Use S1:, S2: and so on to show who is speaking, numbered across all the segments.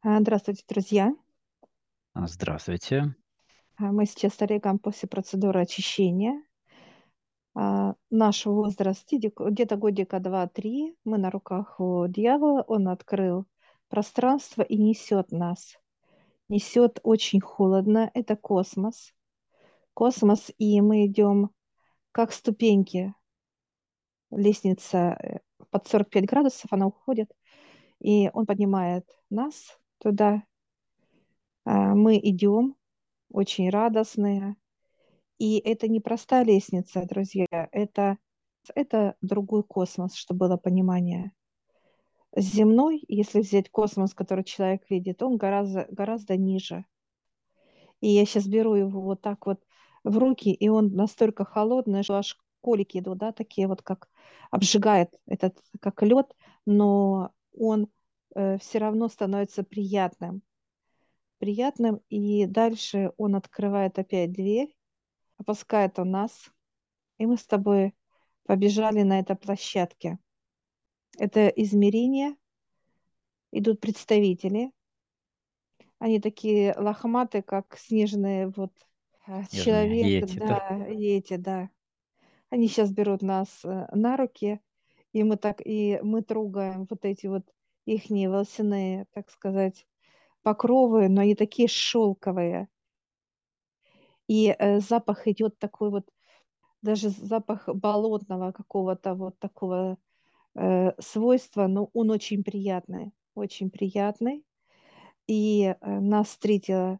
S1: Здравствуйте, друзья.
S2: Здравствуйте.
S1: Мы сейчас с Олегом после процедуры очищения. Наш возраст где-то годика два-три. Мы на руках у дьявола. Он открыл пространство и несет нас. Несет очень холодно. Это космос. Космос, и мы идем как ступеньки. Лестница под 45 градусов, она уходит, и он поднимает нас туда. Мы идем очень радостные. И это не простая лестница, друзья, это другой космос, чтобы было понимание. Земной, если взять космос, который человек видит, он гораздо ниже. И я сейчас беру его вот так вот в руки, и он настолько холодный, что аж колики идут, да, такие вот, как обжигает этот, как лед, но он все равно становится приятным. Приятным, и дальше он открывает опять дверь, опускает он нас, и мы с тобой побежали на этой площадке. Это измерение, идут представители. Они такие лохматые, как снежные, вот
S2: Снежные
S1: человек,
S2: йети, да?
S1: да, и эти, да. Они сейчас берут нас на руки, и мы трогаем вот эти вот ихние волосяные, так сказать, покровы, но они такие шелковые. И запах идет такой вот, даже запах болотного какого-то вот такого свойства, но он очень приятный, очень приятный. И нас встретила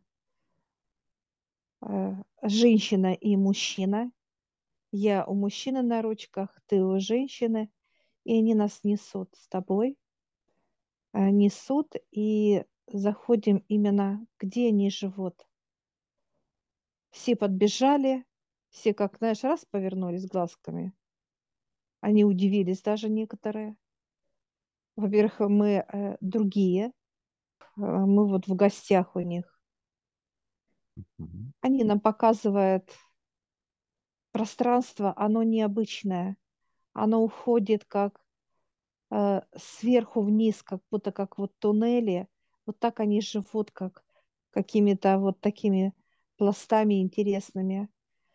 S1: женщина и мужчина. Я у мужчины на ручках, ты у женщины, и они нас несут с тобой, несут, и заходим именно, где они живут. Все подбежали, все, как, знаешь, раз повернулись глазками. Они удивились даже некоторые. Во-первых, мы другие, мы вот в гостях у них.
S2: Мгм.
S1: Они нам показывают пространство, оно необычное. Оно уходит как сверху вниз, как будто как вот туннели. Вот так они живут, как какими-то вот такими пластами интересными.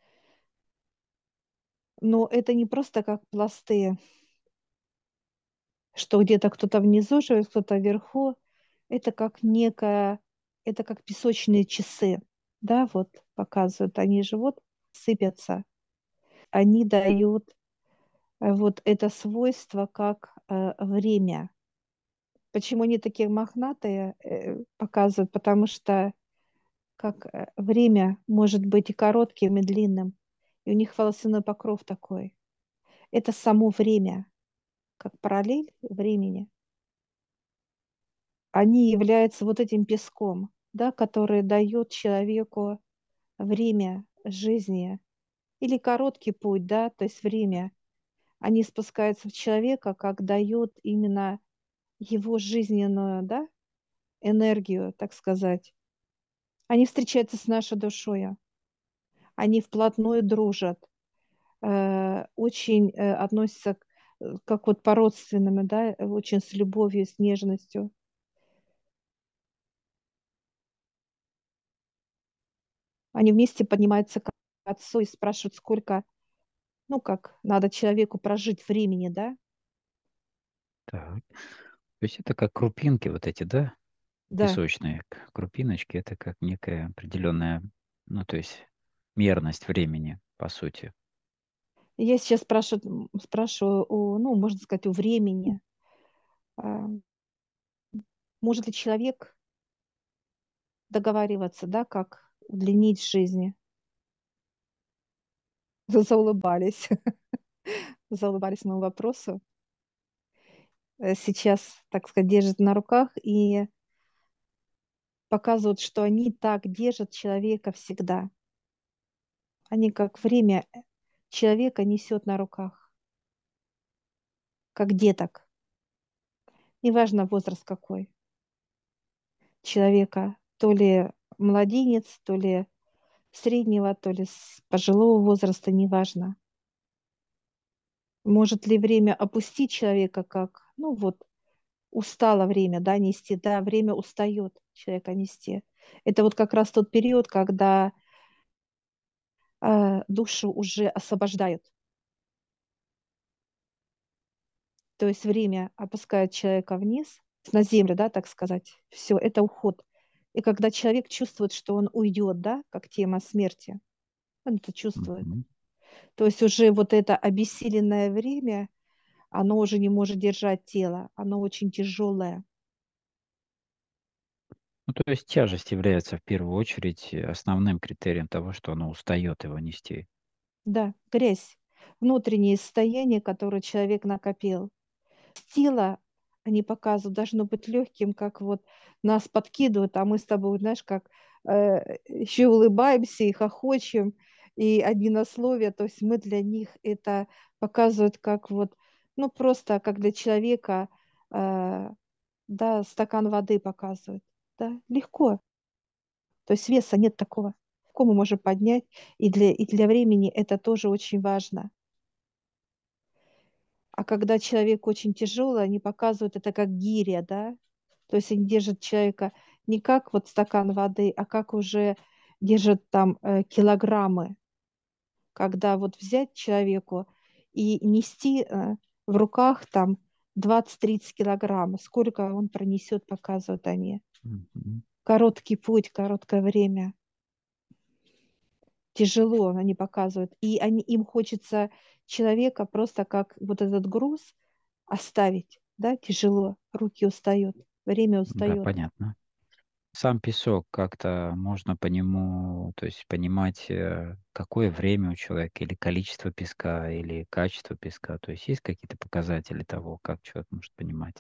S1: Но это не просто как пласты, что где-то кто-то внизу живет, кто-то вверху. Это как некое, это как песочные часы. Да, вот показывают, они живут, сыпятся. Они дают вот это свойство, как время. Почему они такие мохнатые, показывают? Потому что как время может быть и коротким, и длинным. И у них волосяной покров такой. Это само время, как параллель времени. Они являются вот этим песком, да, который дает человеку время жизни. Или короткий путь, да, то есть время. Они спускаются в человека, как дают именно его жизненную, да, энергию, так сказать. Они встречаются с нашей душой, они вплотную дружат, очень относятся как вот по-родственному, да, очень с любовью, с нежностью. Они вместе поднимаются к отцу и спрашивают, сколько, ну как, надо человеку прожить времени, да?
S2: Так. То есть это как крупинки вот эти, да?
S1: Да.
S2: Песочные крупиночки. Это как некая определенная, ну, то есть мерность времени, по сути.
S1: Я сейчас спрашиваю, ну, можно сказать, у времени, а, может ли человек договариваться, да, как удлинить жизнь? Заулыбались, заулыбались моему вопросу. Сейчас, так сказать, держат на руках и показывают, что они так держат человека всегда. Они как время человека несет на руках, как деток. Неважно возраст какой человека, то ли младенец, то ли среднего, то ли с пожилого возраста, неважно. Может ли время опустить человека, как, ну вот, устало время, да, нести, да, время устает человека нести. Это вот как раз тот период, когда душу уже освобождают. То есть время опускает человека вниз, на землю, да, так сказать. Все, это уход. И когда человек чувствует, что он уйдет, да, как тема смерти, он это чувствует.
S2: Мгм.
S1: То есть уже вот это обессиленное время, оно уже не может держать тело, оно очень тяжелое.
S2: Ну, то есть тяжесть является в первую очередь основным критерием того, что оно устает его нести.
S1: Да, грязь, внутреннее состояние, которое человек накопил. Тело, они показывают, должно быть легким, как вот нас подкидывают, а мы с тобой, знаешь, как еще улыбаемся и хохочем, и однинословие, то есть мы для них это показывают как вот, ну просто как для человека, э, да, стакан воды показывают, да, легко, то есть веса нет такого, легко мы можем поднять, и для времени это тоже очень важно. А когда человек очень тяжелый, они показывают это как гиря, да? То есть они держат человека не как вот стакан воды, а как уже держат там килограммы. Когда вот взять человеку и нести в руках там 20-30 килограмм, сколько он пронесет, показывают они.
S2: Мгм.
S1: Короткий путь, короткое время. Тяжело они показывают. И им хочется человека просто как вот этот груз оставить, да, тяжело, руки устают, время
S2: Да,
S1: устает.
S2: понятно. Сам песок, как-то можно по нему, то есть понимать, какое время у человека, или количество песка, или качество песка. То есть есть какие-то показатели того, как человек может понимать?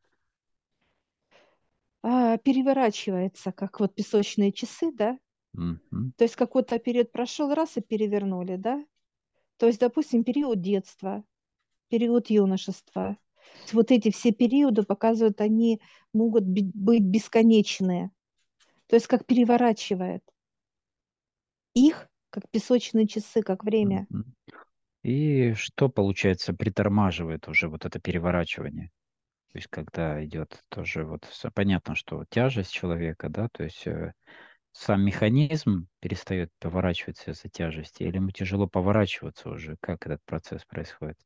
S1: Переворачивается, как вот песочные часы, да,
S2: Мгм.
S1: то есть какой-то период прошел, раз и перевернули, да, то есть, допустим, период детства, период юношества. Вот эти все периоды показывают, они могут быть бесконечные, то есть как переворачивает их, как песочные часы, как время.
S2: Мгм. И что, получается, притормаживает уже вот это переворачивание? То есть когда идет тоже вот понятно, что тяжесть человека, да, то есть сам механизм перестает поворачиваться из-за тяжести, или ему тяжело поворачиваться уже? Как этот процесс происходит?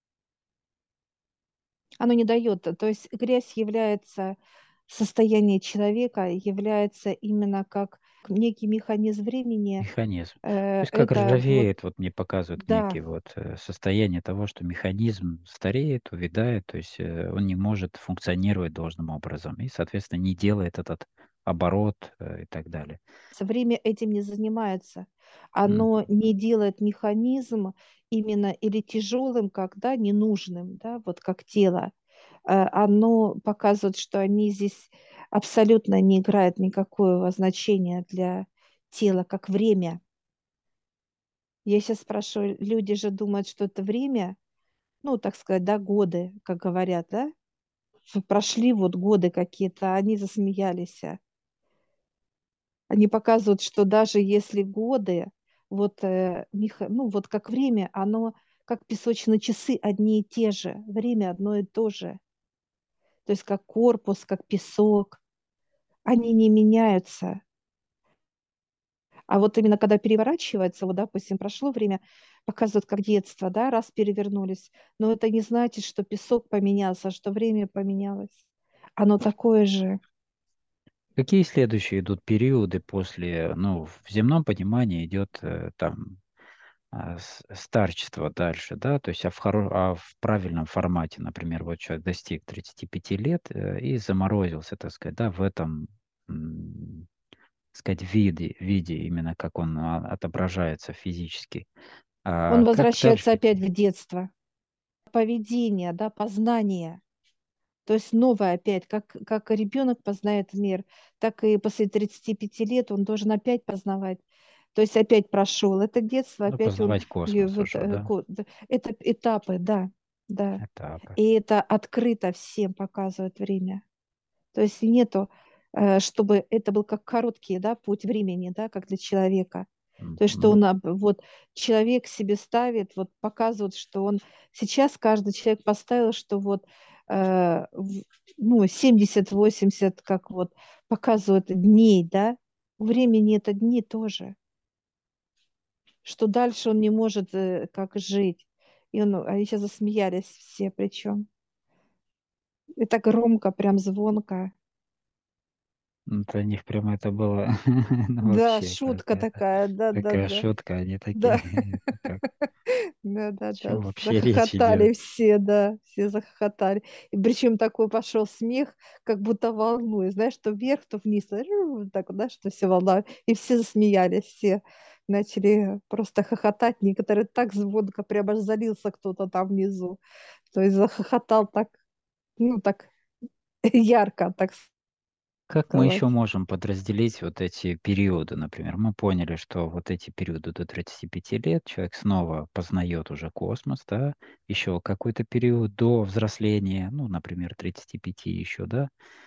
S1: Оно не дает, то есть грязь является, состояние человека является именно как некий механизм времени.
S2: Механизм. То есть как
S1: Это вот,
S2: ржавеет, вот мне показывают
S1: да,
S2: некие вот состояние того, что механизм стареет, увядает, то есть он не может функционировать должным образом и, соответственно, не делает этот оборот и так далее.
S1: время этим не занимается.
S2: Мгм.
S1: Оно не делает механизм именно или тяжелым, как, да, ненужным, да, вот как тело. Оно показывает, что они здесь абсолютно не играют никакого значения для тела, как время. Я сейчас спрашиваю, люди же думают, что это время, ну, так сказать, да, годы, как говорят, да? Прошли вот годы какие-то, они засмеялись. Они показывают, что даже если годы, вот, ну, вот как время, оно как песочные часы одни и те же, время одно и то же. То есть как корпус, как песок, они не меняются. А вот именно когда переворачивается, вот, допустим, прошло время, показывают как детство, да, раз перевернулись, но это не значит, что песок поменялся, что время поменялось. Оно такое же.
S2: Какие следующие идут периоды после, ну, в земном понимании идет там старчество дальше, да, то есть а в правильном формате, например, вот человек достиг 35 лет и заморозился, так сказать, да, в этом, сказать, виде именно как он отображается физически.
S1: Он
S2: Как
S1: возвращается
S2: дальше
S1: опять
S2: идти?
S1: в детство. Поведение, да, познание. То есть новое опять, как ребенок познает мир, так и после 35 лет он должен опять познавать. То есть опять прошел это детство,
S2: Ну,
S1: опять он,
S2: познавать космос уже, да,
S1: да, это этапы, да, да.
S2: этапы.
S1: И это открыто всем показывает время. То есть нету, чтобы это был как короткий, да, путь времени, да, как для человека. То есть что
S2: Мгм.
S1: он, вот человек себе ставит, вот показывает, что он сейчас каждый человек поставил, что вот ну, 70-80, как вот показывают дней, да, у времени это дни тоже, что дальше он не может как жить. И он, они сейчас засмеялись все причем. Это громко, прям звонко.
S2: Ну, для них прямо это было, ну,
S1: Да,
S2: вообще
S1: шутка такая,
S2: такая
S1: да-да-да.
S2: шутка, они такие,
S1: Да,
S2: это как, о
S1: да-да-да,
S2: чем вообще речь идет?
S1: захохотали все, да, все захохотали. И причем такой пошел смех, как будто волной, знаешь, то вверх, то вниз, вот так, вот, да, что все волна. И все засмеялись, все начали просто хохотать. Некоторые так звонко, прямо аж залился кто-то там внизу. То есть захохотал так, ну, так ярко, так
S2: Как мы еще
S1: сказать.
S2: можем подразделить вот эти периоды, например? Мы поняли, что вот эти периоды до 35 лет человек снова познает уже космос, да, еще какой-то период до взросления, ну, например, 35 еще, да,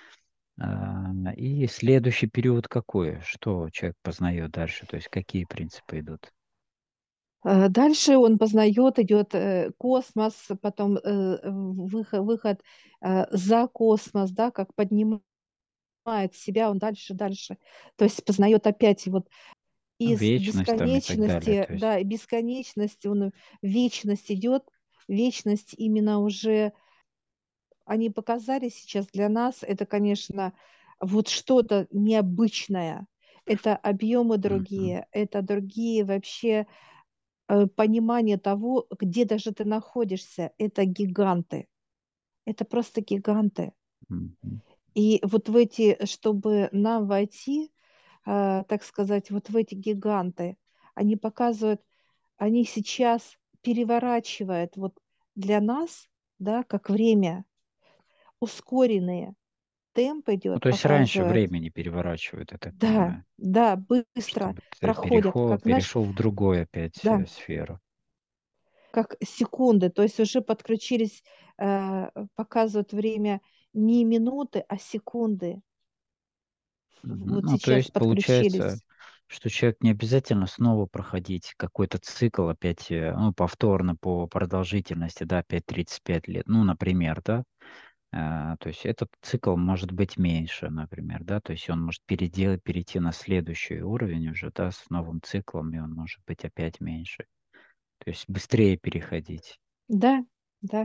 S2: и следующий период какой? Что человек познает дальше? То есть какие принципы идут?
S1: Дальше он познает, идет космос, потом выход за космос, да, как поднимает себя, он дальше, дальше. То есть познает опять вот
S2: Ну,
S1: из
S2: вечность там и так далее.
S1: бесконечности,
S2: То есть
S1: да, и бесконечности он в вечность идет, вечность именно уже, они показали сейчас для нас, это, конечно, вот что-то необычное. Это объемы
S2: мгм,
S1: другие, это другие вообще понимание того, где даже ты находишься. Это гиганты. Это просто гиганты.
S2: мгм.
S1: И вот в эти, чтобы нам войти, так сказать, вот в эти гиганты, они показывают, они сейчас переворачивают вот для нас, да, как время, ускоренные, темп
S2: Ну,
S1: идет,
S2: то есть раньше
S1: показывает,
S2: времени переворачивают, я так
S1: да,
S2: понимаю,
S1: да, быстро
S2: чтобы ты
S1: проходят, как, знаешь,
S2: перешел в другую опять
S1: да,
S2: сферу.
S1: как секунды, то есть уже подключились, показывают время не минуты, а секунды.
S2: Мгм.
S1: Вот
S2: Ну, то
S1: сейчас
S2: есть получается,
S1: подключились.
S2: что человек не обязательно снова проходить какой-то цикл опять, ну, повторно по продолжительности, да, опять 35 лет, ну, например, да, то есть этот цикл может быть меньше, например, да, то есть он может перейти на следующий уровень уже, да, с новым циклом, и он может быть опять меньше, то есть быстрее переходить.
S1: Да, да.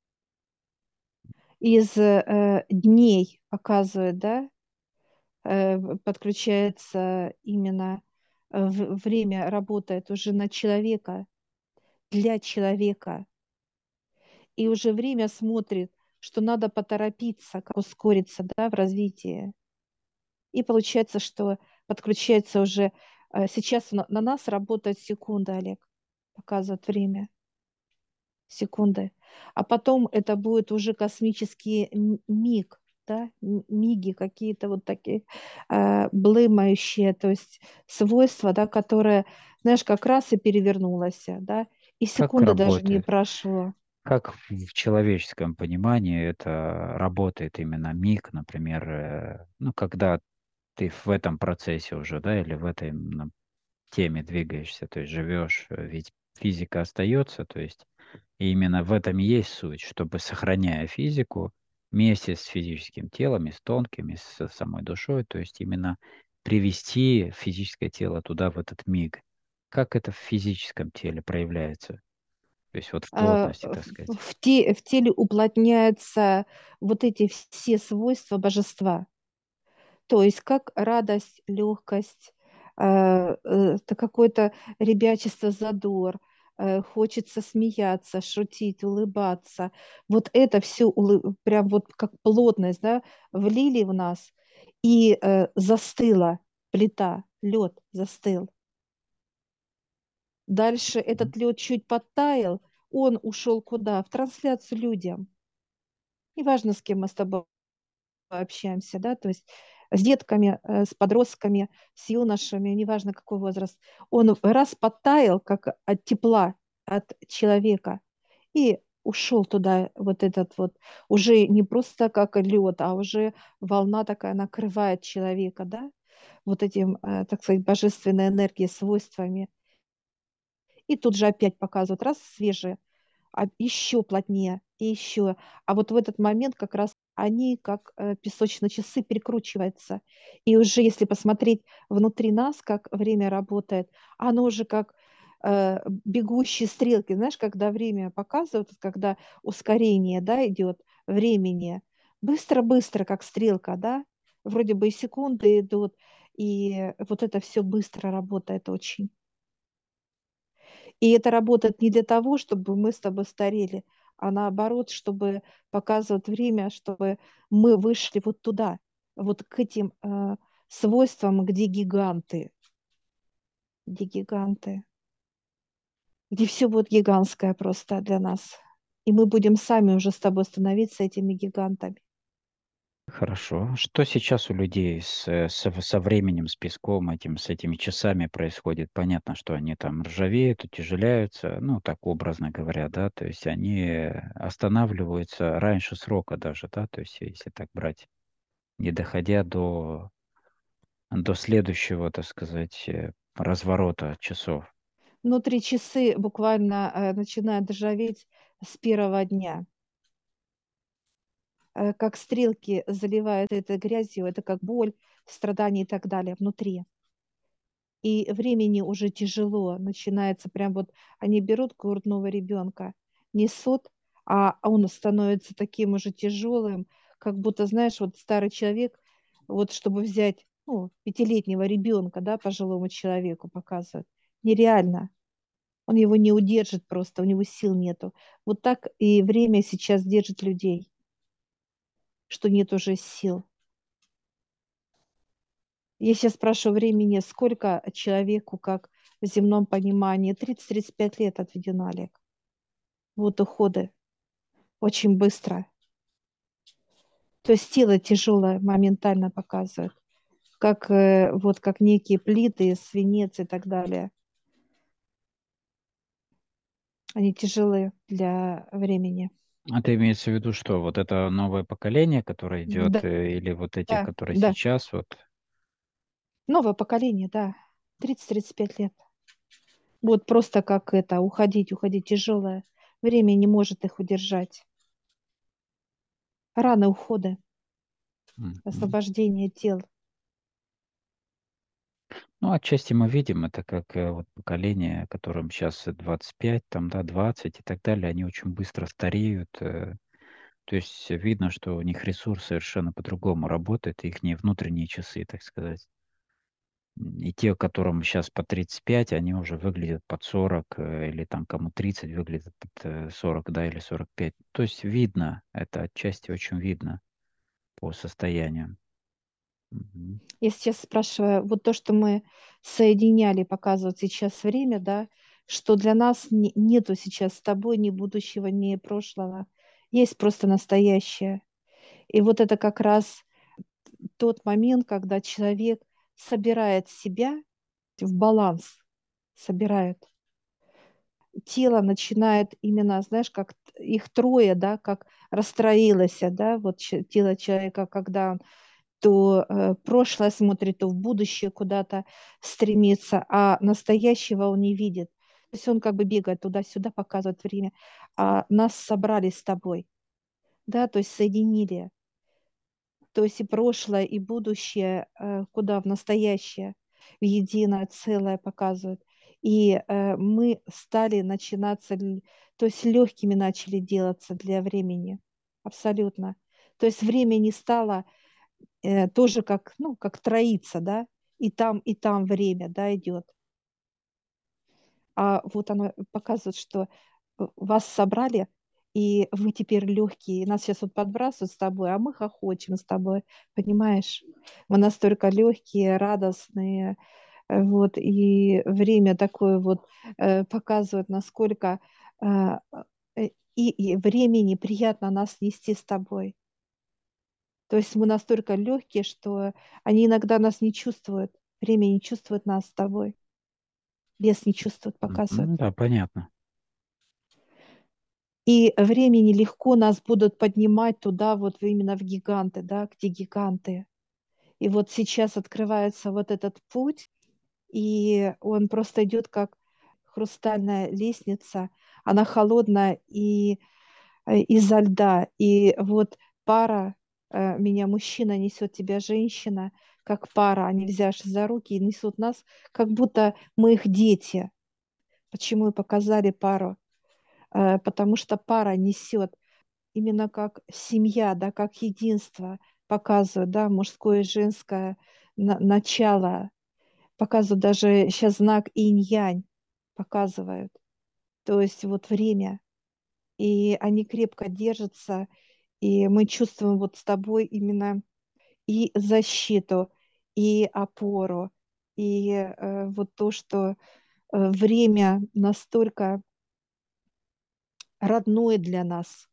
S1: Из дней показывает, да, подключается именно время работает уже на человека, для человека. И уже время смотрит, что надо поторопиться, как ускориться, да, в развитии. И получается, что подключается уже сейчас на нас работает секунда, Олег, показывает время, секунды. А потом это будет уже космический миг, да, миги какие-то вот такие блымающие, то есть свойства, да, которые, знаешь, как раз и перевернулось, да, и
S2: Как
S1: секунды даже не
S2: работает?
S1: прошло.
S2: Как в человеческом понимании это работает именно миг, например, ну, когда ты в этом процессе уже, да, или в этой теме двигаешься, то есть живешь, ведь физика остается, то есть и именно в этом и есть суть, чтобы, сохраняя физику, вместе с физическим телом, и с тонким, и с самой душой, то есть именно привести физическое тело туда, в этот миг. Как это в физическом теле проявляется? То есть вот в плотности, так сказать.
S1: В теле уплотняются вот эти все свойства божества. То есть как радость, легкость, это какое-то ребячество, задор, хочется смеяться, шутить, улыбаться. Вот это все прям вот как плотность, да, влили в нас, и застыла плита, лед застыл. Дальше
S2: Мгм.
S1: этот лед чуть подтаял, он ушел куда? В трансляцию людям. Неважно, с кем мы с тобой общаемся, да, то есть с детками, с подростками, с юношами, неважно какой возраст, он раз подтаял, как от тепла, от человека, и ушел туда вот этот вот, уже не просто как лед, а уже волна такая накрывает человека, да, вот этим, так сказать, божественной энергией, свойствами. И тут же опять показывают, раз, свежие. еще плотнее, и еще. А вот в этот момент как раз они, как песочные часы, перекручиваются. И уже если посмотреть внутри нас, как время работает, оно уже как бегущие стрелки. Знаешь, когда время показывают, когда ускорение, да, идет времени, быстро-быстро, как стрелка, да, вроде бы и секунды идут, и вот это все быстро работает очень. И это работает не для того, чтобы мы с тобой старели, а наоборот, чтобы показывать время, чтобы мы вышли вот туда, вот к этим свойствам, где гиганты, где все будет гигантское просто для нас. И мы будем сами уже с тобой становиться этими гигантами.
S2: Хорошо. Что сейчас у людей со временем, с песком, с этими часами происходит? Понятно, что они там ржавеют, утяжеляются, ну, так образно говоря, да, то есть они останавливаются раньше срока даже, да, то есть если так брать, не доходя до следующего, так сказать, разворота часов.
S1: Внутри часы буквально начинают ржаветь с первого дня. Как стрелки заливают этой грязью, это как боль, страдания и так далее внутри. И времени уже тяжело, начинается прям вот, они берут грудного ребенка, несут, а он становится таким уже тяжелым, как будто, знаешь, вот старый человек, вот чтобы взять, ну, пятилетнего ребенка, да, пожилому человеку показывают, нереально. Он его не удержит просто, у него сил нету. Вот так и время сейчас держит людей, что нет уже сил. Если я спрашиваю времени, сколько человеку, как в земном понимании, 30-35 лет отведено, Олег. Вот уходы очень быстро. То есть тело тяжелое моментально показывает, как, вот, как некие плиты, свинец и так далее. Они тяжелые для времени.
S2: А это имеется в виду, что вот это новое поколение, которое идет,
S1: Да,
S2: или вот эти,
S1: да,
S2: которые
S1: да.
S2: сейчас, вот.
S1: Новое поколение, да. 30-35 лет. Вот просто как это, уходить тяжелое. Время не может их удержать. Рано ухода,
S2: Мгм.
S1: освобождение тел.
S2: Ну, отчасти мы видим это как вот поколение, которым сейчас 25, там, да, 20 и так далее, они очень быстро стареют. То есть видно, что у них ресурс совершенно по-другому работает, их не внутренние часы, так сказать. И те, которым сейчас по 35, они уже выглядят под 40, или там кому 30 выглядят под 40, да, или 45. То есть видно, это отчасти очень видно по состоянию. Мгм.
S1: Я сейчас спрашиваю, вот то, что мы соединяли, показывает сейчас время, да, что для нас нету сейчас с тобой ни будущего, ни прошлого. Есть просто настоящее. И вот это как раз тот момент, когда человек собирает себя в баланс, собирает. Тело начинает именно, знаешь, как их трое, да, как расстроилось, да, вот тело человека, когда он то прошлое смотрит, то в будущее куда-то стремится, а настоящего он не видит. То есть он как бы бегает туда-сюда, показывает время. А нас собрали с тобой, да, то есть соединили. То есть и прошлое, и будущее, куда в настоящее, в единое целое показывают. И мы стали начинаться, то есть легкими начали делаться для времени. Абсолютно. То есть время не стало тоже как, ну, как троица, да, и там время, да, идет. А вот оно показывает, что вас собрали, и вы теперь легкие. Нас сейчас вот подбрасывают с тобой, а мы хохочем с тобой, понимаешь? Мы настолько легкие, радостные, вот, и время такое вот показывает, насколько э, и времени приятно нас нести с тобой. То есть мы настолько легкие, что они иногда нас не чувствуют. Время не чувствует нас с тобой. Вес не чувствует, показывает.
S2: Да, понятно.
S1: И времени легко нас будут поднимать туда, вот именно в гиганты, да, где гиганты. И вот сейчас открывается вот этот путь, и он просто идет как хрустальная лестница, она холодная и изо льда. И вот пара, меня мужчина несет, тебя женщина, как пара, они взявшись за руки и несут нас, как будто мы их дети. Почему и показали пару? Потому что пара несет именно как семья, да, как единство показывают, да, мужское и женское начало, показывают даже сейчас знак инь-янь показывают, то есть вот время, и они крепко держатся, и мы чувствуем вот с тобой именно и защиту, и опору, и вот то, что время настолько родное для нас,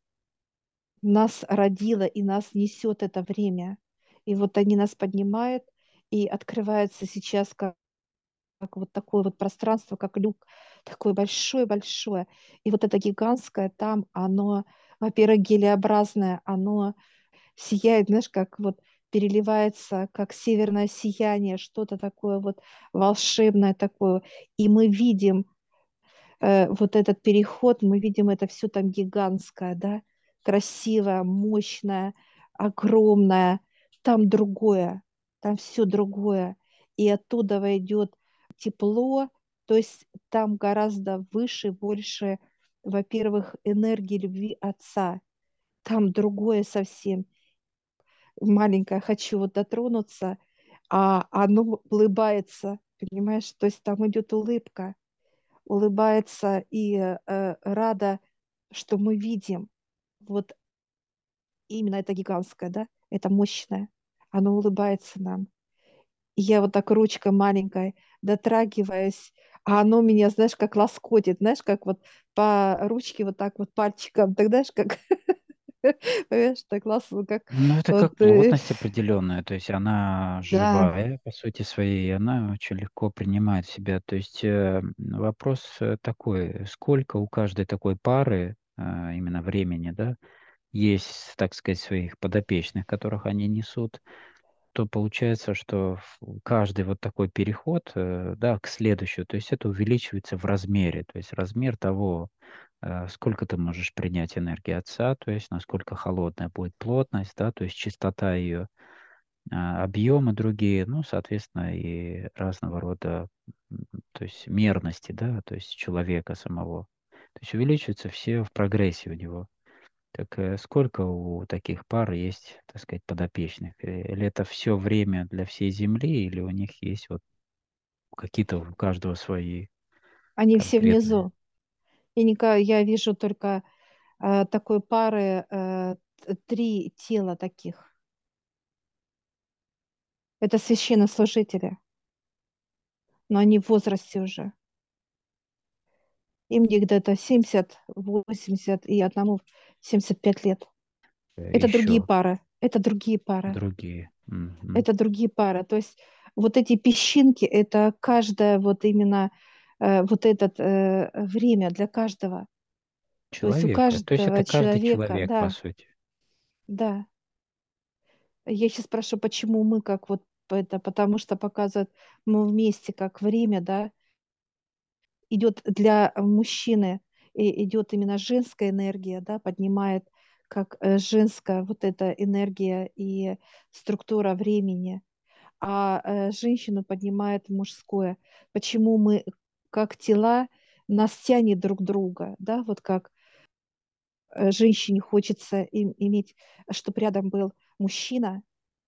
S1: нас родило и нас несет это время. И вот они нас поднимают, и открывается сейчас как вот такое вот пространство, как люк, такое большое-большое. И вот это гигантское там, оно, во-первых, гелеобразное, оно сияет, знаешь, как вот переливается, как северное сияние, что-то такое вот волшебное такое. И мы видим вот этот переход, мы видим это все там гигантское, да, красивое, мощное, огромное, там другое, там все другое, и оттуда войдет тепло, то есть там гораздо выше, больше, во-первых, энергии любви Отца, там другое совсем, маленькое, хочу вот дотронуться, а оно улыбается, понимаешь, то есть там идет улыбка, улыбается и рада, что мы видим. Вот именно это гигантское, да, это мощное. Оно улыбается нам. И я вот так ручкой маленькой дотрагиваясь, а оно меня, знаешь, как лоскотит, знаешь, как вот по ручке вот так вот пальчиком, так знаешь, как, понимаешь, так классно, как
S2: Ну, это
S1: вот,
S2: как плотность определенная, то есть она
S1: да,
S2: живая по сути своей, и она очень легко принимает в себя. То есть вопрос такой, сколько у каждой такой пары именно времени, да, есть, так сказать, своих подопечных, которых они несут, то получается, что каждый вот такой переход, да, к следующему, то есть это увеличивается в размере, то есть размер того, сколько ты можешь принять энергии Отца, то есть насколько холодная будет плотность, да, то есть частота ее, объемы другие, ну, соответственно, и разного рода, то есть мерности, да, то есть человека самого. То есть увеличиваются все в прогрессе у него. Так сколько у таких пар есть, так сказать, подопечных? Или это все время для всей Земли, или у них есть вот какие-то у каждого свои
S1: они все
S2: конкретные?
S1: внизу. Я вижу только такой пары, три тела таких. Это священнослужители, но они в возрасте уже. Им где-то 70, 80 и одному 75 лет. Это другие
S2: Еще
S1: пары. Это другие пары.
S2: другие. Мгм.
S1: Это другие пары. То есть вот эти песчинки, это каждое вот именно вот это время для каждого. То есть у
S2: Человека. То есть это
S1: каждого
S2: каждый
S1: человека,
S2: человек, по
S1: да,
S2: сути.
S1: да. Я сейчас спрашиваю, почему мы как вот это, потому что показывают, мы вместе как время, да, идет для мужчины, и идет именно женская энергия, да, поднимает как женская вот эта энергия и структура времени, а женщину поднимает мужское. Почему мы как тела нас тянет друг друга, да, вот как женщине хочется иметь, чтобы рядом был мужчина,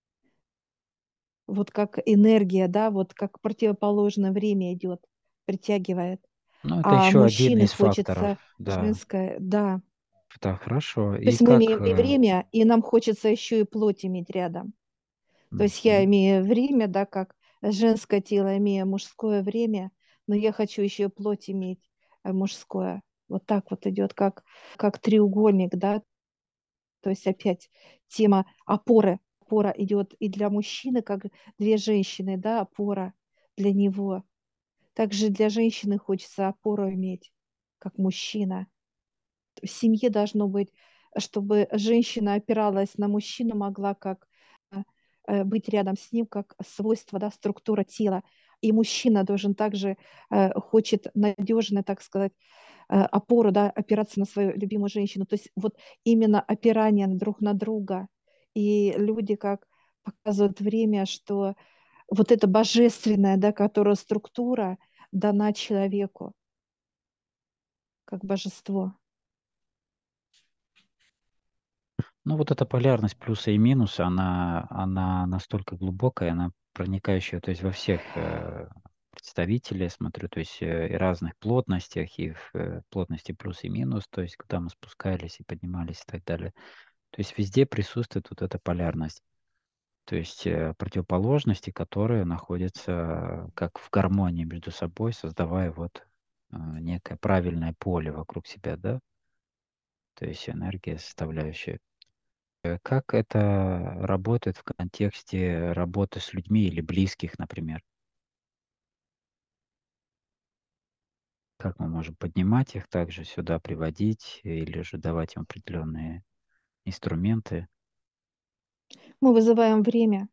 S1: вот как энергия, да, вот как противоположное время идет, притягивает.
S2: Ну, это
S1: А
S2: еще один
S1: мужчине
S2: из факторов,
S1: хочется
S2: да.
S1: женское, да.
S2: Да, хорошо.
S1: То
S2: И
S1: есть мы
S2: как...
S1: имеем и время, и нам хочется еще и плоть иметь рядом. То есть я
S2: мгм.
S1: имею время, да, как женское тело, имея мужское время, но я хочу еще и плоть иметь мужское. Вот так вот идет, как треугольник, да. То есть опять тема опоры. Опора идет и для мужчины, как две женщины, да, опора для него. Также для женщины хочется опору иметь, как мужчина. В семье должно быть, чтобы женщина опиралась на мужчину, могла как э, быть рядом с ним, как свойство, да, структура тела. И мужчина должен также хочет надежно, так сказать, опору, да, опираться на свою любимую женщину. То есть вот именно опирание друг на друга. И люди как показывают время, что вот эта божественная, да, которая структура дана человеку как божество.
S2: Ну, вот эта полярность плюса и минуса, она настолько глубокая, она проникающая, то есть во всех представителей, я смотрю, то есть и разных плотностях, и в плотности плюс и минус, то есть куда мы спускались и поднимались и так далее. То есть везде присутствует вот эта полярность. То есть противоположности, которые находятся как в гармонии между собой, создавая вот некое правильное поле вокруг себя, да? То есть энергия, составляющая. Как это работает в контексте работы с людьми или близких, например? Как мы можем поднимать их также сюда, приводить или же давать им определенные инструменты?
S1: Мы вызываем время,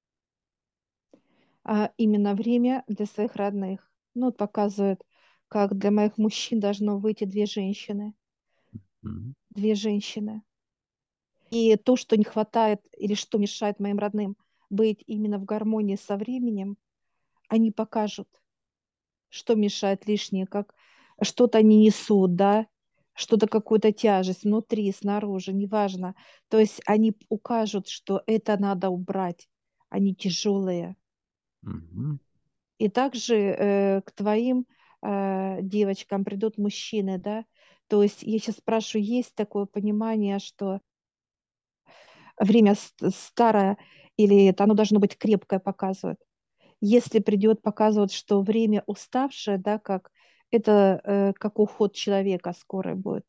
S1: а именно время для своих родных. Ну, вот показывает, как для моих мужчин должно выйти две женщины.
S2: Мгм.
S1: Две женщины. И то, что не хватает или что мешает моим родным быть именно в гармонии со временем, они покажут, что мешает лишнее, как что-то они несут, да, что-то, какую-то тяжесть внутри, снаружи, неважно. То есть они укажут, что это надо убрать, они тяжелые.
S2: Мгм.
S1: И также к твоим девочкам придут мужчины, да. То есть я сейчас спрашиваю, есть такое понимание, что время старое или это оно должно быть крепкое показывает? Если придет показывать, что время уставшее, да, как это как уход человека скорый будет.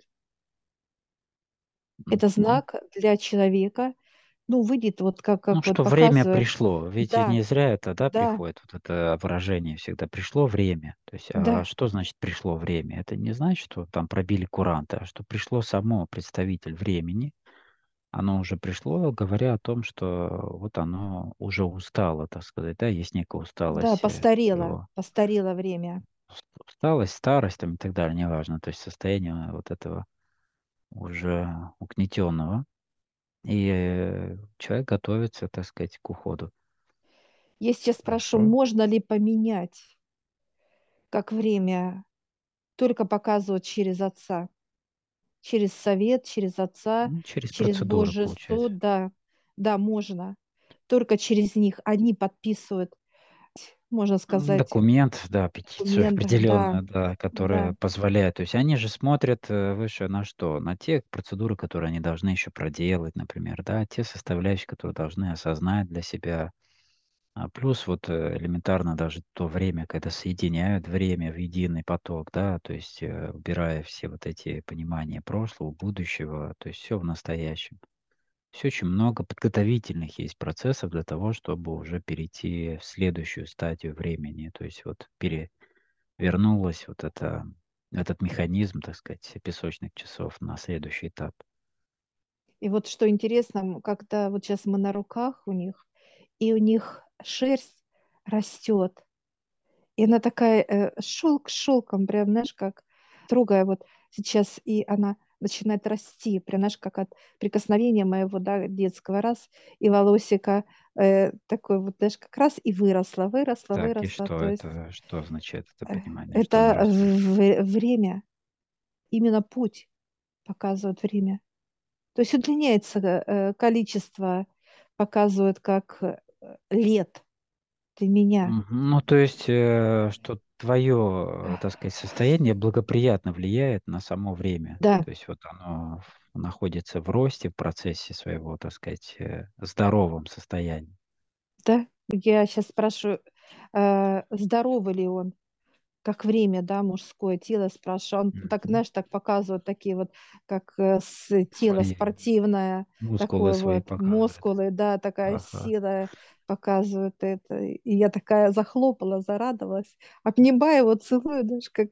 S1: Это
S2: Мгм.
S1: знак для человека. Ну, выйдет вот
S2: Ну,
S1: как вот
S2: что время
S1: показывает.
S2: пришло. Ведь и
S1: Да,
S2: не зря это, да,
S1: да,
S2: приходит, вот это выражение всегда. Пришло время. То есть, а
S1: да,
S2: что значит пришло время? Это не значит, что там пробили куранты, а что пришло само представитель времени. Оно уже пришло, говоря о том, что вот оно уже устало, так сказать, да, есть некая
S1: да,
S2: усталость
S1: постарело,
S2: его,
S1: постарело время.
S2: усталость, старость там и так далее, неважно, то есть состояние вот этого уже угнетенного. И человек готовится, так сказать, к уходу.
S1: Я сейчас спрошу,
S2: Хорошо.
S1: можно ли поменять, как время только показывать через отца, через совет, через отца,
S2: Ну, через
S1: через
S2: процедуру,
S1: Божий
S2: получается.
S1: суд, да, да, можно. Только через них они подписывают, можно сказать,
S2: Документ, да, петицию
S1: документ, да,
S2: определенную, да, которая
S1: да,
S2: позволяет. То есть они же смотрят выше на что? На те процедуры, которые они должны еще проделать, например, да, те составляющие, которые должны осознать для себя. А плюс вот элементарно даже то время, когда соединяют время в единый поток, да, то есть убирая все вот эти понимания прошлого, будущего, то есть все в настоящем. Все очень много подготовительных есть процессов для того, чтобы уже перейти в следующую стадию времени. То есть вот перевернулась вот этот механизм, так сказать, песочных часов на следующий этап.
S1: И вот что интересно, как-то вот сейчас мы на руках у них, и у них шерсть растет. И она такая шелк шелком, прям, знаешь, как трогая вот сейчас, и она начинает расти, прям, знаешь, как от прикосновения моего, да, детского раз, и волосика такой вот, знаешь, как раз и выросла, выросла,
S2: Так, и
S1: выросла.
S2: что
S1: То есть
S2: это, что означает это понимание, что оно
S1: это
S2: растет?
S1: время, именно путь показывает время. То есть удлиняется количество, показывает как лет для меня.
S2: Мгм. Ну, то есть, что твое, так сказать, состояние благоприятно влияет на само время.
S1: Да,
S2: То есть вот оно находится в росте, в процессе своего, так сказать, здоровом состоянии.
S1: да. Я сейчас спрашиваю, здоровый ли он, как время, да, мужское тело, спрашиваю. Он так,
S2: Мгм.
S1: знаешь, так показывает такие вот, как тело
S2: Свои
S1: спортивное,
S2: мускулы
S1: такое
S2: свои
S1: вот,
S2: показывает.
S1: мускулы, да, такая
S2: Ага.
S1: сила показывает это. И я такая захлопала, зарадовалась, обнимаю его, целую, знаешь, как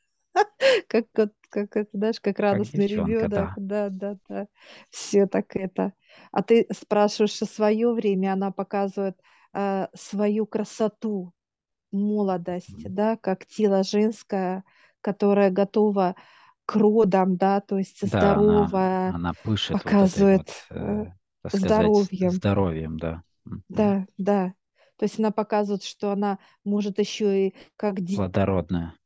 S1: как это, знаешь, как
S2: Как
S1: радостный
S2: девчонка,
S1: ребенок.
S2: да.
S1: Да, да, да. Все так это. А ты спрашиваешь свое время, она показывает свою красоту, молодость,
S2: Мгм.
S1: да, как тело женское, которое готово. к родам, да, то есть
S2: Да,
S1: здоровая,
S2: она пышет вот этой вот,
S1: показывает
S2: так сказать,
S1: здоровьем,
S2: здоровьем, да. Мгм.
S1: да, да. То есть она показывает, что она может еще и как
S2: Плодородная.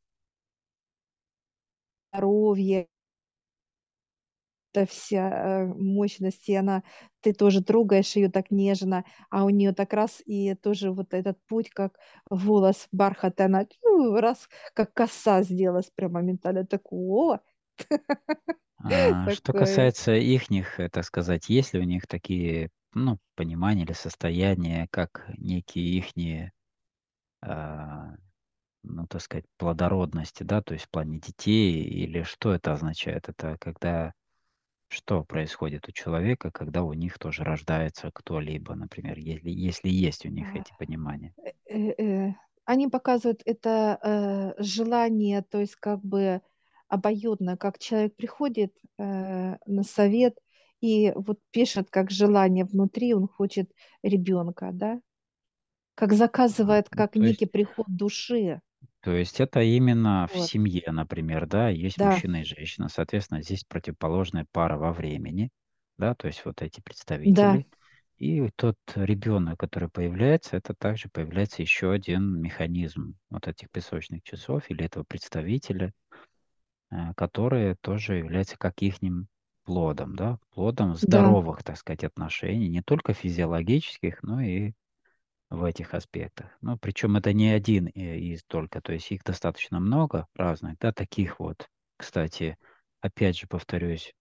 S1: здоровье, это вся мощность, и она, ты тоже трогаешь ее так нежно, а у нее так раз и тоже вот этот путь, как волос бархат, она раз, как коса сделалась прям моментально, так, о,
S2: Что
S1: такое.
S2: касается ихних, так сказать, есть ли у них такие, ну, понимания или состояния, как некие ихние, а, ну, так сказать, плодородности, да, то есть в плане детей, или что это означает? Это когда что происходит у человека, когда у них тоже рождается кто-либо, например, если есть у них
S1: А,
S2: эти понимания.
S1: э, э, Они показывают это желание, то есть как бы обоюдно, как человек приходит на совет и вот пишет как желание внутри, он хочет ребенка, да, как заказывает,
S2: Ну,
S1: как некий приход души.
S2: то есть это именно в
S1: Вот.
S2: семье, например, да, есть
S1: Да,
S2: мужчина и женщина, соответственно, здесь противоположная пара во времени, да, то есть вот эти
S1: да,
S2: представители. И вот тот ребенок, который появляется, это также появляется еще один механизм вот этих песочных часов или этого представителя, который тоже является как ихним плодом, да, плодом
S1: да,
S2: здоровых, так сказать, отношений, не только физиологических, но и в этих аспектах. Ну, причем это не один из только, то есть их достаточно много разных, да, таких вот, кстати, опять же повторюсь,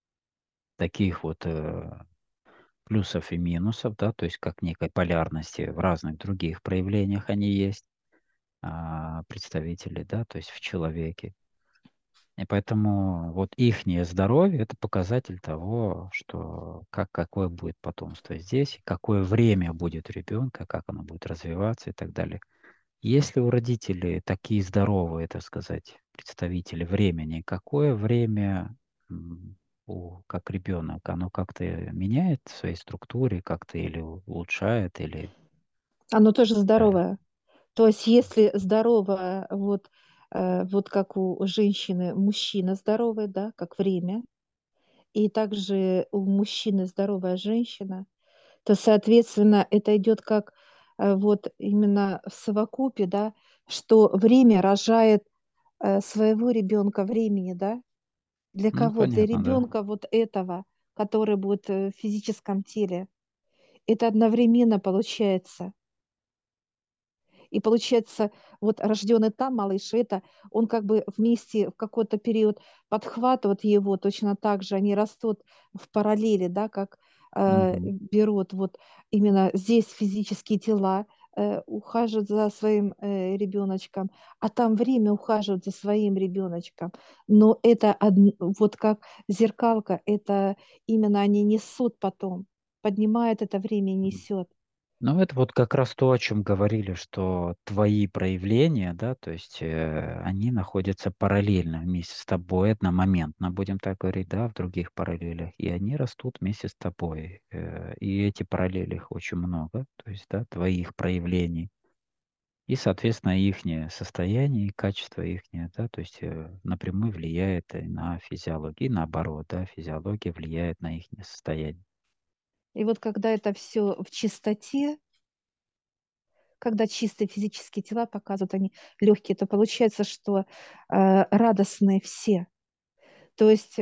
S2: таких вот плюсов и минусов, да, то есть как некой полярности в разных других проявлениях они есть, представители, да, то есть в человеке. И поэтому вот ихнее здоровье — это показатель того, что какое будет потомство здесь, и какое время будет у ребенка, как оно будет развиваться и так далее. Если у родителей такие здоровые, так сказать, представители времени, какое время как ребенок, оно как-то меняет в своей структуре, как-то или улучшает, или
S1: оно тоже
S2: далее.
S1: здоровое. То есть если здоровое, вот, вот как у женщины, мужчина здоровый, да, как время, и также у мужчины здоровая женщина, то, соответственно, это идет как вот именно в совокупе, да, что время рожает своего ребенка времени, да, для
S2: Ну,
S1: кого? Для
S2: понятно, да.
S1: ребенка вот этого, который будет в физическом теле. Это одновременно получается. И получается, вот рожденный там малыш, это он как бы вместе в какой-то период подхватывает его, точно так же они растут в параллели, да, как
S2: Мгм.
S1: берут вот именно здесь физические тела, ухаживают за своим ребеночком, а там время ухаживают за своим ребеночком. Но это вот как зеркалка, это именно они несут потом, поднимает это время и несет.
S2: Ну, это вот как раз то, о чем говорили, что твои проявления, да, то есть они находятся параллельно вместе с тобой, одномоментно, будем так говорить, да, в других параллелях, и они растут вместе с тобой. И эти параллели их очень много, то есть, да, твоих проявлений, и, соответственно, ихнее состояние и качество ихнее, да, то есть напрямую влияет и на физиологию, и наоборот, да, физиология влияет на ихнее состояние.
S1: И вот когда это все в чистоте, когда чистые физические тела показывают, они легкие, то получается, что радостные все. То есть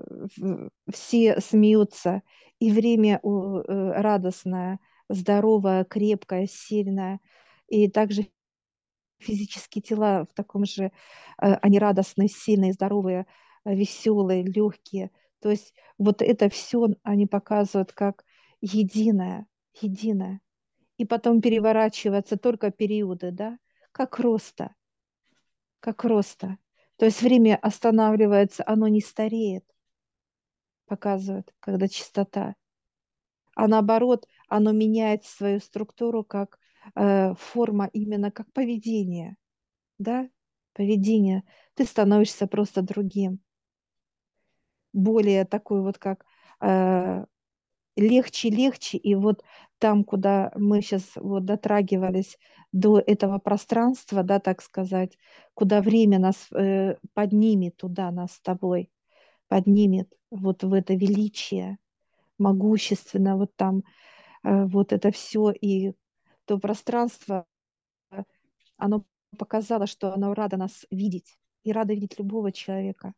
S1: все смеются, и время радостное, здоровое, крепкое, сильное. И также физические тела в таком же, они радостные, сильные, здоровые, веселые, легкие. То есть вот это все они показывают как единое, единое. И потом переворачиваться только периоды, да, как роста, как роста. То есть время останавливается, оно не стареет, показывает, когда чистота. А наоборот, оно меняет свою структуру как форма, именно как поведение, да, поведение. Ты становишься просто другим, более такой вот как легче, легче, и вот там, куда мы сейчас вот дотрагивались до этого пространства, да, так сказать, куда время нас поднимет туда, нас с тобой, поднимет вот в это величие, могущественно, вот там вот это все, и то пространство, оно показало, что оно радо нас видеть, и радо видеть любого человека.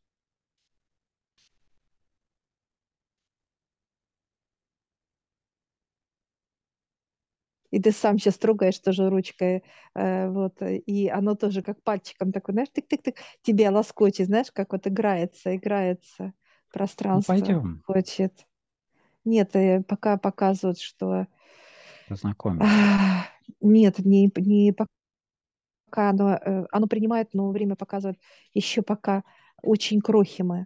S1: И ты сам сейчас трогаешь тоже ручкой, вот, и оно тоже как пальчиком такой, знаешь, тык-тык-тык, тебя лоскочет, знаешь, как вот играется, играется
S2: Ну,
S1: пространство,
S2: пойдем,
S1: хочет. Нет, пока показывают, что
S2: познакомишься.
S1: нет, не пока оно принимает, но время показывает еще пока очень крохи мы.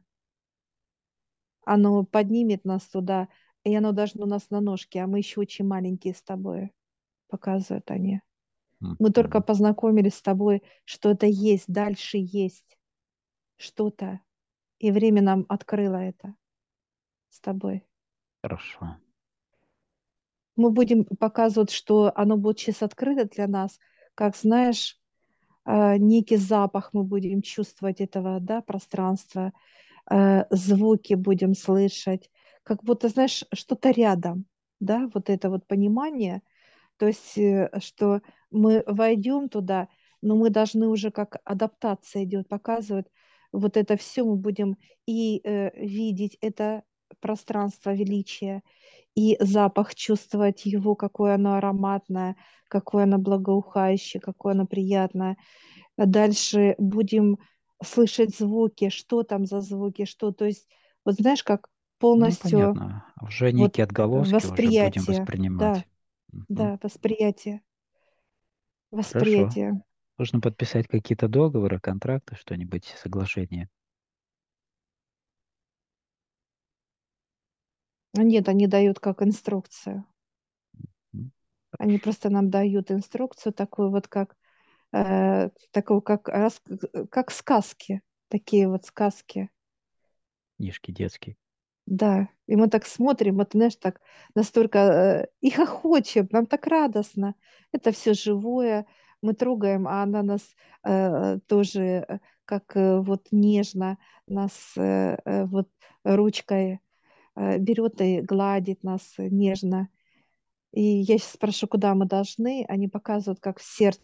S1: Оно поднимет нас туда, и оно должно нас на ножки, а мы еще очень маленькие с тобой, показывают они. Мы только
S2: Мгм.
S1: познакомились с тобой, что это есть, дальше есть что-то. И время нам открыло это с тобой.
S2: Хорошо.
S1: Мы будем показывать, что оно будет сейчас открыто для нас, как, знаешь, некий запах мы будем чувствовать этого, да, пространства, звуки будем слышать, как будто, знаешь, что-то рядом, да, вот это вот понимание, то есть, что мы войдем туда, но мы должны уже как адаптация идет, показывает, вот это все мы будем и видеть это пространство величия, и запах чувствовать его, какое оно ароматное, какое оно благоухающее, какое оно приятное. А дальше будем слышать звуки, что там за звуки, что, то есть, вот знаешь, как
S2: Ну,
S1: полностью
S2: понятно. Уже
S1: вот
S2: некие отголоски уже будем
S1: восприятие, да,
S2: воспринимать. Мгм.
S1: да, восприятие,
S2: Хорошо.
S1: восприятие.
S2: Нужно подписать какие-то договоры, контракты, что-нибудь, соглашение.
S1: Нет, они дают как инструкцию.
S2: М,
S1: Они
S2: Хорошо.
S1: просто нам дают инструкцию такую вот, как, такую, как сказки, такие вот сказки.
S2: Книжки детские.
S1: Да, и мы так смотрим, вот, знаешь, так настолько и хохочем, нам так радостно. Это все живое, мы трогаем, а она нас тоже как вот нежно нас вот ручкой берет и гладит нас нежно. И я сейчас спрошу, куда мы должны, они показывают, как в сердце.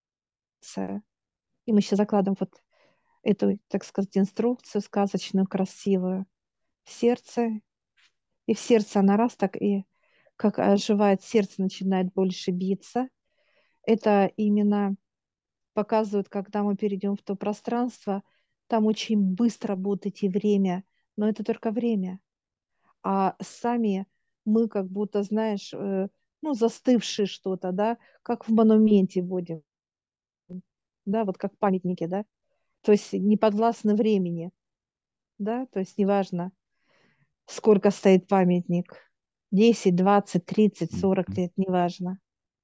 S1: И мы сейчас закладываем вот эту, так сказать, инструкцию сказочную, красивую в сердце. И в сердце она раз так и как оживает сердце, начинает больше биться. Это именно показывает, когда мы перейдем в то пространство, там очень быстро будет идти время, но это только время. А сами мы как будто, знаешь, ну, застывшие что-то, да, как в монументе будем, да, вот как памятники, да, то есть не подвластны времени, да, то есть неважно, сколько стоит памятник, 10, 20, 30, 40
S2: Мгм.
S1: лет, неважно.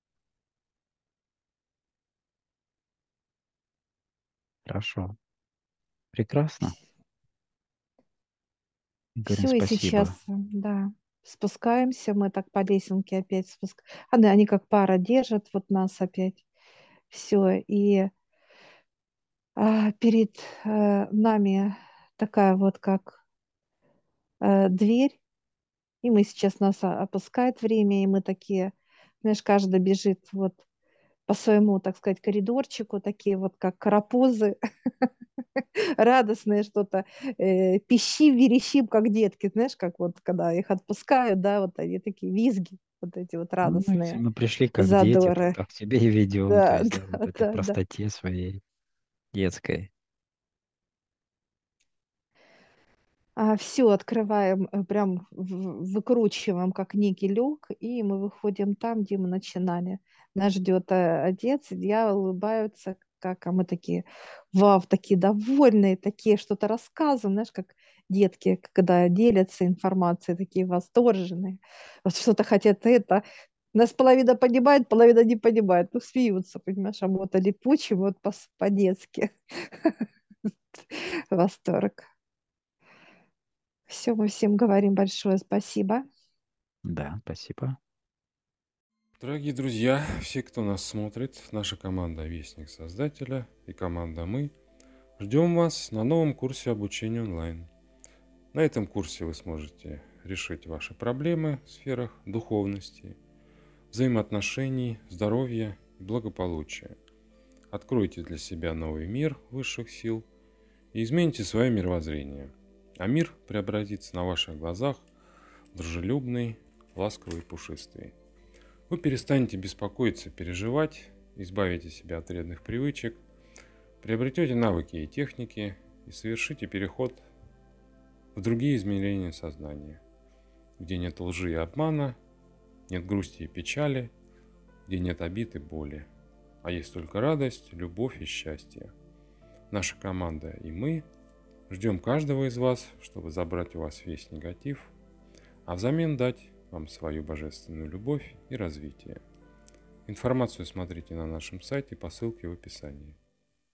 S2: Хорошо. Прекрасно. Говорим
S1: Все, и сейчас,
S2: спасибо.
S1: да, спускаемся, мы так по лесенке опять спускаемся. Они как пара держат вот нас опять. Все, и перед нами такая вот как дверь, и мы сейчас нас опускает время, и мы такие, знаешь, каждый бежит вот по своему, так сказать, коридорчику, такие вот как карапузы, радостные что-то, пищим, верещим, как детки, знаешь, как вот когда их отпускают, да, вот они такие визги, вот эти вот
S2: Ну, если
S1: радостные
S2: мы пришли как дети, то
S1: задоры.
S2: так себя и ведем. То
S1: Да,
S2: есть, да, вот
S1: да,
S2: этой
S1: да, да.
S2: простоте своей детской.
S1: Все открываем, прям выкручиваем как некий люк, и мы выходим там, где мы начинали. Нас ждет отец, я улыбаются, как, а мы такие, вау, такие довольные, такие что-то рассказываем, знаешь, как детки, когда делятся информацией, такие восторженные, вот что-то хотят это. Нас половина понимает, половина не понимает, ну, смеются, понимаешь, а мы вот липучим вот по-детски. Восторг. Все, мы всем говорим большое спасибо.
S2: Да, спасибо.
S3: Дорогие друзья, все, кто нас смотрит, наша команда «Вестник Создателя» и команда «Мы» ждем вас на новом курсе обучения онлайн. На этом курсе вы сможете решить ваши проблемы в сферах духовности, взаимоотношений, здоровья и благополучия. Откройте для себя новый мир высших сил и измените свое мировоззрение. А мир преобразится на ваших глазах в дружелюбный, ласковый, пушистый. Вы перестанете беспокоиться, переживать, избавите себя от вредных привычек, приобретете навыки и техники и совершите переход в другие измерения сознания, где нет лжи и обмана, нет грусти и печали, где нет обид и боли, а есть только радость, любовь и счастье. Наша команда и мы ждем каждого из вас, чтобы забрать у вас весь негатив, а взамен дать вам свою божественную любовь и развитие. Информацию смотрите на нашем сайте по ссылке в описании.